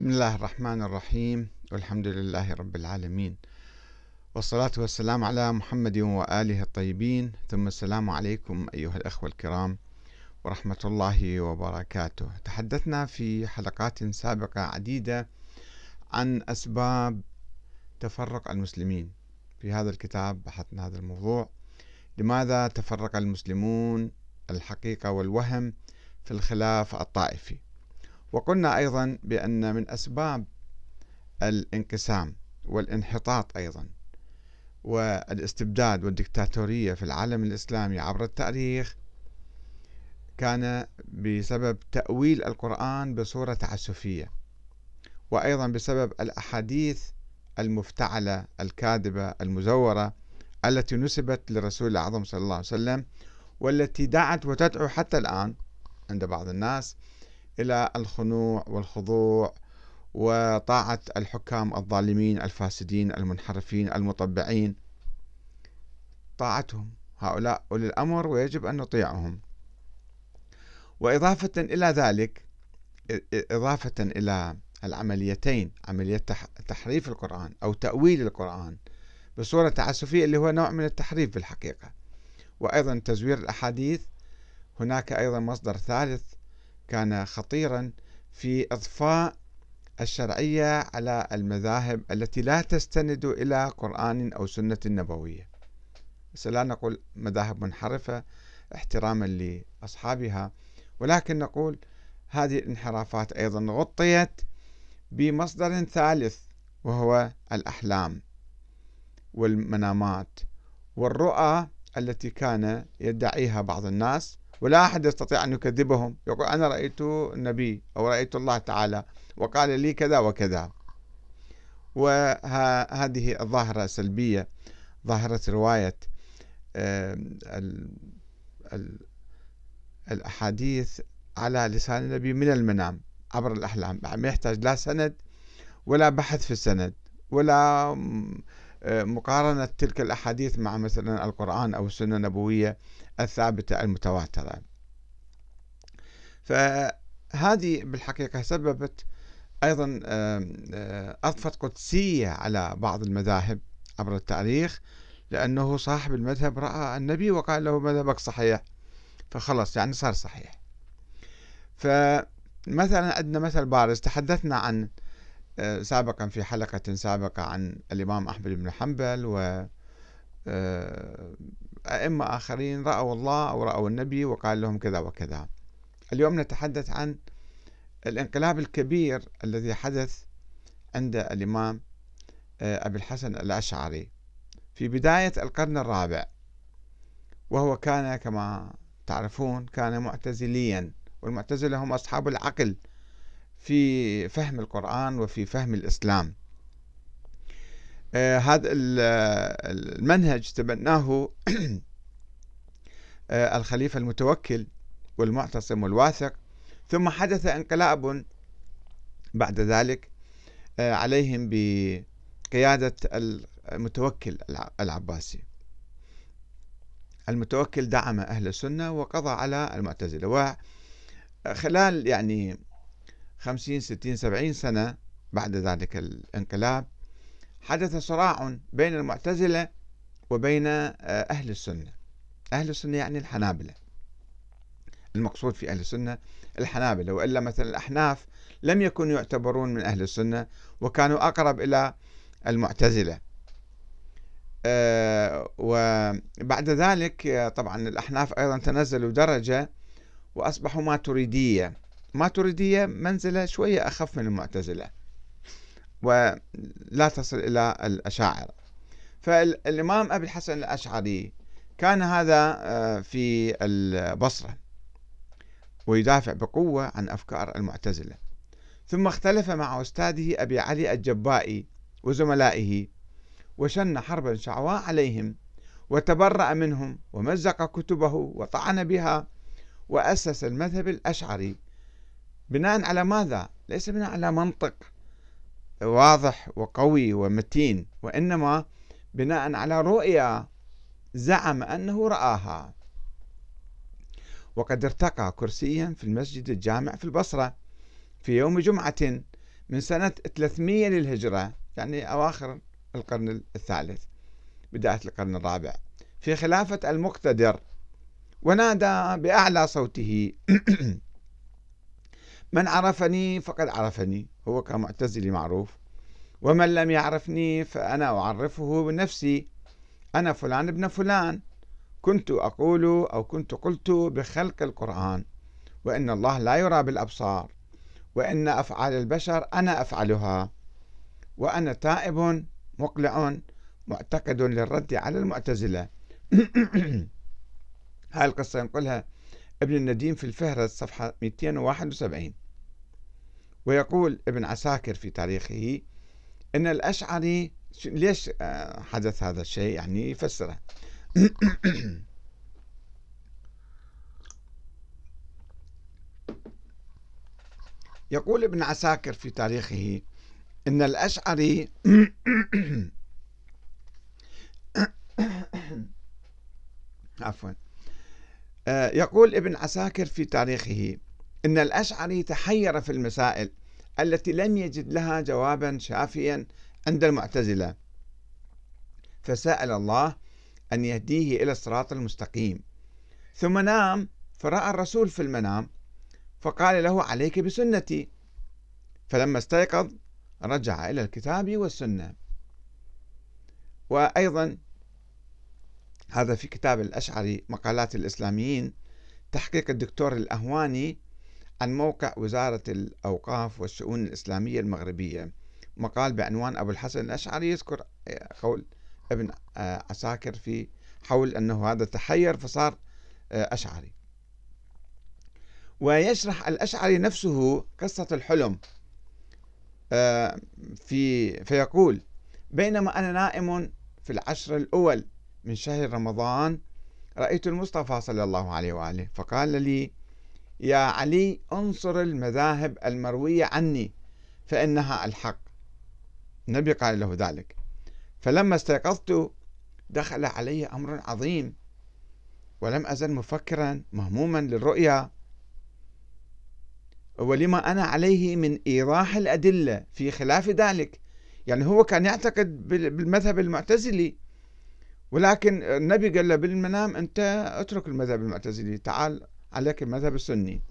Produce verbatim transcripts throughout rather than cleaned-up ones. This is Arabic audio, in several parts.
بسم الله الرحمن الرحيم، والحمد لله رب العالمين، والصلاة والسلام على محمد وآله الطيبين، ثم السلام عليكم أيها الأخوة الكرام ورحمة الله وبركاته. تحدثنا في حلقات سابقة عديدة عن أسباب تفرق المسلمين. في هذا الكتاب بحثنا هذا الموضوع: لماذا تفرق المسلمون، الحقيقة والوهم في الخلاف الطائفي. وقلنا أيضا بأن من أسباب الانقسام والانحطاط أيضا والاستبداد والدكتاتورية في العالم الإسلامي عبر التاريخ كان بسبب تأويل القرآن بصورة تعسفية، وأيضا بسبب الأحاديث المفتعلة الكاذبة المزورة التي نسبت لرسول الأعظم صلى الله عليه وسلم، والتي دعت وتدعو حتى الآن عند بعض الناس إلى الخنوع والخضوع وطاعة الحكام الظالمين الفاسدين المنحرفين المطبعين. طاعتهم هؤلاء أولي الأمر ويجب أن نطيعهم. وإضافة إلى ذلك، إضافة إلى العمليتين، عملية تحريف القرآن أو تأويل القرآن بصورة تعسفية اللي هو نوع من التحريف بالحقيقة، وأيضا تزوير الأحاديث، هناك أيضا مصدر ثالث كان خطيرا في إضفاء الشرعية على المذاهب التي لا تستند إلى قرآن أو سنة نبوية. بس لا نقول مذاهب منحرفة احتراما لأصحابها، ولكن نقول هذه الانحرافات أيضا غطيت بمصدر ثالث، وهو الأحلام والمنامات والرؤى التي كان يدعيها بعض الناس ولا أحد يستطيع أن يكذبهم. يقول أنا رأيت النبي أو رأيت الله تعالى وقال لي كذا وكذا. وهذه الظاهرة سلبية، ظاهرة رواية الأحاديث على لسان النبي من المنام عبر الأحلام، ما يحتاج لا سند ولا بحث في السند ولا مقارنة تلك الأحاديث مع مثلا القرآن أو السنة النبوية الثابتة المتواترة. فهذه بالحقيقة سببت أيضا أضفت قدسية على بعض المذاهب عبر التاريخ، لأنه صاحب المذهب رأى النبي وقال له مذهبك صحيح، فخلص يعني صار صحيح. فمثلا عندنا مثل بارز تحدثنا عن سابقا في حلقة سابقة عن الإمام أحمد بن حنبل وأئمة آخرين رأوا الله أو رأوا النبي وقال لهم كذا وكذا. اليوم نتحدث عن الانقلاب الكبير الذي حدث عند الإمام أبي الحسن الأشعري في بداية القرن الرابع، وهو كان كما تعرفون كان معتزليا، والمعتزلة هم أصحاب العقل في فهم القرآن وفي فهم الإسلام. هذا المنهج تبناه الخليفة المتوكل والمعتصم والواثق، ثم حدث انقلاب بعد ذلك عليهم بقيادة المتوكل العباسي. المتوكل دعم أهل السنة وقضى على المعتزلة، وخلال يعني خمسين ستين سبعين سنة بعد ذلك الانقلاب حدث صراع بين المعتزلة وبين أهل السنة. أهل السنة يعني الحنابلة، المقصود في أهل السنة الحنابلة، وإلا مثلا الأحناف لم يكونوا يعتبرون من أهل السنة وكانوا أقرب إلى المعتزلة. أه وبعد ذلك طبعا الأحناف أيضا تنزلوا درجة وأصبحوا ماتريدية. ماتريدية منزلة شوية أخف من المعتزلة ولا تصل إلى الأشاعرة. فالإمام أبي الحسن الأشعري كان هذا في البصرة ويدافع بقوة عن أفكار المعتزلة، ثم اختلف مع أستاذه أبي علي الجبائي وزملائه وشن حربا شعواء عليهم وتبرأ منهم ومزق كتبه وطعن بها وأسس المذهب الأشعري. بناء على ماذا؟ ليس بناء على منطق واضح وقوي ومتين، وإنما بناء على رؤية زعم أنه رآها. وقد ارتقى كرسيا في المسجد الجامع في البصرة في يوم جمعة من سنة ثلاثمئة للهجرة، يعني أواخر القرن الثالث بداية القرن الرابع، في خلافة المقتدر، ونادى بأعلى صوته: من عرفني فقد عرفني، هو كمعتزلي معروف، ومن لم يعرفني فأنا أعرفه بنفسي، أنا فلان ابن فلان، كنت أقول أو كنت قلت بخلق القرآن، وإن الله لا يرى بالأبصار، وإن أفعال البشر أنا أفعلها، وأنا تائب مقلع معتقد للرد على المعتزلة. هاي القصة ينقلها ابن النديم في الفهرس صفحة مئتين وواحد وسبعين. ويقول ابن عساكر في تاريخه إن الأشعري، ليش حدث هذا الشيء؟ يعني يفسره. يقول ابن عساكر في تاريخه إن الأشعري عفوا يقول ابن عساكر في تاريخه إن الأشعري تحير في المسائل التي لم يجد لها جوابا شافيا عند المعتزلة، فسأل الله أن يهديه إلى الصراط المستقيم، ثم نام فرأى الرسول في المنام فقال له: عليك بسنتي. فلما استيقظ رجع إلى الكتاب والسنة. وأيضا هذا في كتاب الأشعري مقالات الإسلاميين، تحقيق الدكتور الأهواني، عن موقع وزارة الأوقاف والشؤون الإسلامية المغربية، مقال بعنوان أبو الحسن الأشعري، يذكر قول ابن عساكر في حول أنه هذا تحير فصار أشعري. ويشرح الأشعري نفسه قصة الحلم في فيقول: بينما أنا نائم في العشر الأول من شهر رمضان رأيت المصطفى صلى الله عليه وآله فقال لي: يا علي، انصر المذاهب المروية عني فإنها الحق. النبي قال له ذلك. فلما استيقظت دخل علي أمر عظيم، ولم أزل مفكرا مهموما للرؤيا ولما أنا عليه من إيضاح الأدلة في خلاف ذلك. يعني هو كان يعتقد بالمذهب المعتزلي، ولكن النبي قال له بالمنام: أنت اترك المذهب المعتزلي، تعال عليك المذهب السني.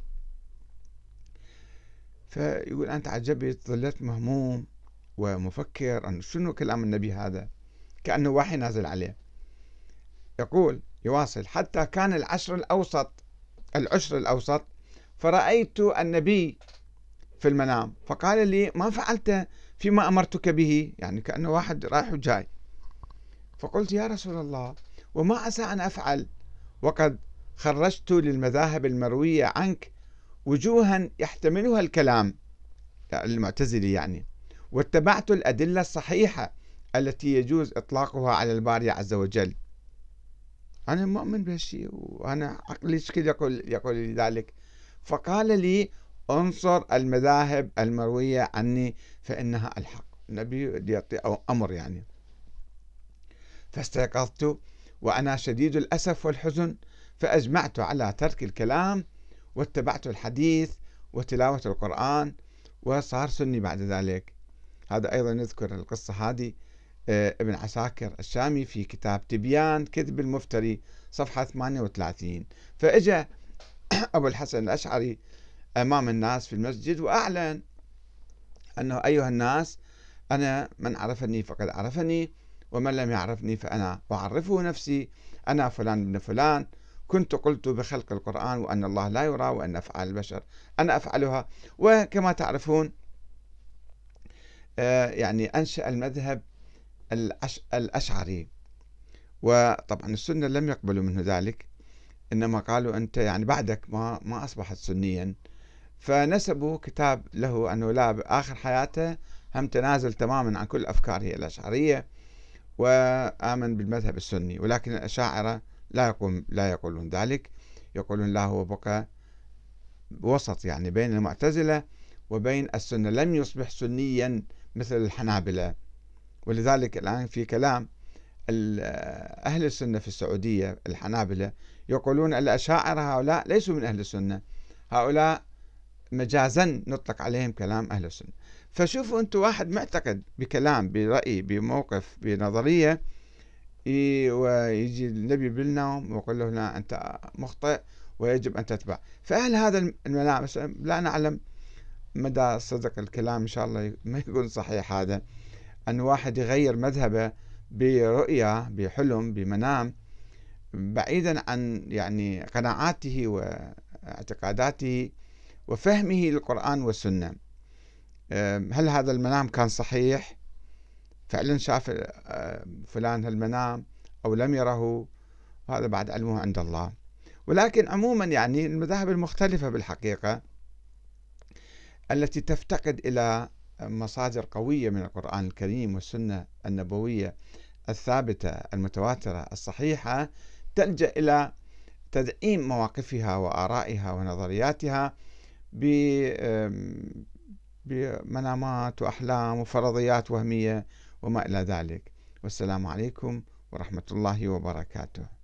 فيقول: أنت عجبت، ظلت مهموم ومفكر أن شنو كلام النبي هذا، كأنه وحي نازل عليه. يقول يواصل: حتى كان العشر الأوسط العشر الأوسط فرأيت النبي في المنام فقال لي: ما فعلت فيما أمرتك به؟ يعني كأنه واحد رايح وجاي. فقلت: يا رسول الله، وما عسى أن أفعل، وقد خرجت للمذاهب المروية عنك وجوها يحتملها الكلام المعتزلي يعني، واتبعت الأدلة الصحيحة التي يجوز إطلاقها على الباري عز وجل. أنا مؤمن بهالشيء، وأنا عقلي شكل يقول يقول لي ذلك. فقال لي: انصر المذاهب المروية عني فإنها الحق. النبي يعطي أمر يعني. فاستيقظت وأنا شديد الأسف والحزن، فأجمعت على ترك الكلام واتبعت الحديث وتلاوة القرآن، وصار سني بعد ذلك. هذا أيضا يذكر القصة هذه ابن عساكر الشامي في كتاب تبيان كذب المفتري صفحة ثمانية وثلاثين. فإجا أبو الحسن الأشعري أمام الناس في المسجد وأعلن أنه: أيها الناس، أنا من عرفني فقد عرفني، ومن لم يعرفني فأنا أعرفه نفسي، أنا فلان بن فلان، كنت قلت بخلق القرآن وأن الله لا يرى وأن أفعال البشر أنا أفعلها. وكما تعرفون يعني أنشأ المذهب الأشعري، وطبعا السنة لم يقبلوا منه ذلك، إنما قالوا: أنت يعني بعدك ما ما أصبحت سنيا. فنسبوا كتاب له أنه لا، بآخر حياته هم تنازل تماما عن كل أفكاره الأشعرية وآمن بالمذهب السني. ولكن الأشاعرة لا يقوم لا يقولون ذلك، يقولون لا، هو بقى وسط يعني بين المعتزلة وبين السنة، لم يصبح سنيا مثل الحنابلة. ولذلك الآن في كلام أهل السنة في السعودية الحنابلة يقولون الأشاعرة هؤلاء ليسوا من أهل السنة، هؤلاء مجازا نطلق عليهم كلام أهل السنة. فشوفوا أنتم واحد معتقد بكلام برأي بموقف بنظرية، ويجي النبي بالنوم ويقول له لا أنت مخطئ ويجب أن تتبع. فهل هذا المنام لا نعلم مدى صدق الكلام، إن شاء الله ما يكون صحيح هذا، أن واحد يغير مذهبه برؤية بحلم بمنام بعيدا عن يعني قناعاته واعتقاداته وفهمه للقرآن والسنة. هل هذا المنام كان صحيح؟ فعلا شاف فلان هالمنام أو لم يره؟ هذا بعد علمه عند الله. ولكن عموما يعني المذاهب المختلفة بالحقيقة التي تفتقد إلى مصادر قوية من القرآن الكريم والسنة النبوية الثابتة المتواترة الصحيحة تلجأ إلى تدعيم مواقفها وآرائها ونظرياتها بمنامات وأحلام وفرضيات وهمية وما إلى ذلك. والسلام عليكم ورحمة الله وبركاته.